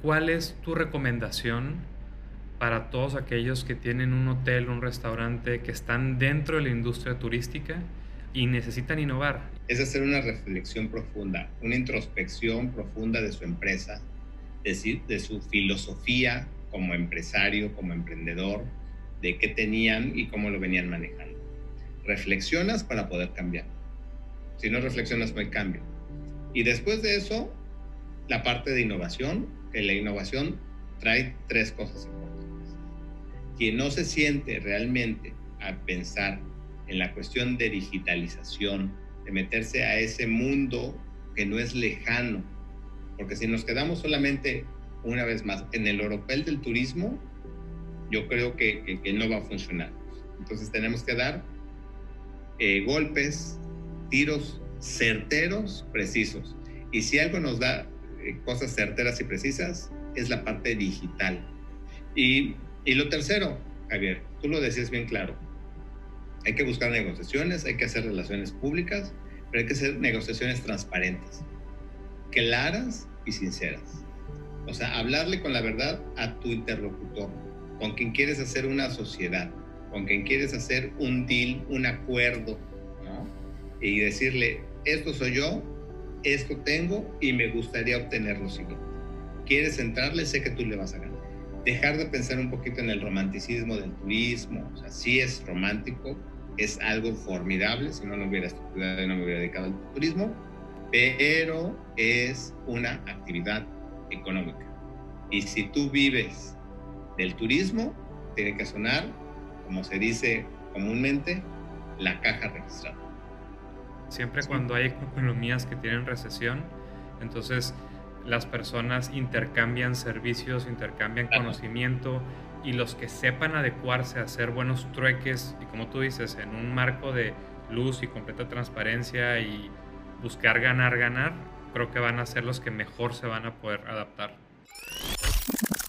¿cuál es tu recomendación para todos aquellos que tienen un hotel, un restaurante, que están dentro de la industria turística y necesitan innovar? Es hacer una reflexión profunda, una introspección profunda de su empresa, de su filosofía como empresario, como emprendedor, de qué tenían y cómo lo venían manejando. Reflexionas para poder cambiar. Si no reflexionas, no hay cambio. Y después de eso, la parte de innovación, que la innovación trae tres cosas importantes. Quien no se siente realmente a pensar en la cuestión de digitalización, de meterse a ese mundo que no es lejano, porque si nos quedamos solamente, una vez más, en el oropel del turismo, yo creo que no va a funcionar. Entonces tenemos que dar golpes, tiros certeros, precisos. Y si algo nos da cosas certeras y precisas, es la parte digital. Y lo tercero, Javier, tú lo decías bien claro, hay que buscar negociaciones, hay que hacer relaciones públicas, pero hay que hacer negociaciones transparentes, claras y sinceras. O sea, hablarle con la verdad a tu interlocutor, con quien quieres hacer una sociedad, con quien quieres hacer un deal, un acuerdo, ¿no? Y decirle, esto soy yo, esto tengo y me gustaría obtener lo siguiente. ¿Quieres entrarle? Sé que tú le vas a ganar. Dejar de pensar un poquito en el romanticismo del turismo. O sea, sí es romántico, es algo formidable, si no, no hubiera estudiado y no me hubiera dedicado al turismo, pero es una actividad económica. Y si tú vives del turismo, tiene que sonar, como se dice comúnmente, la caja registrada. Siempre ¿Sí? cuando hay economías que tienen recesión, entonces las personas intercambian servicios, intercambian Claro. conocimiento y los que sepan adecuarse a hacer buenos trueques y como tú dices, en un marco de luz y completa transparencia y buscar ganar, ganar, creo que van a ser los que mejor se van a poder adaptar.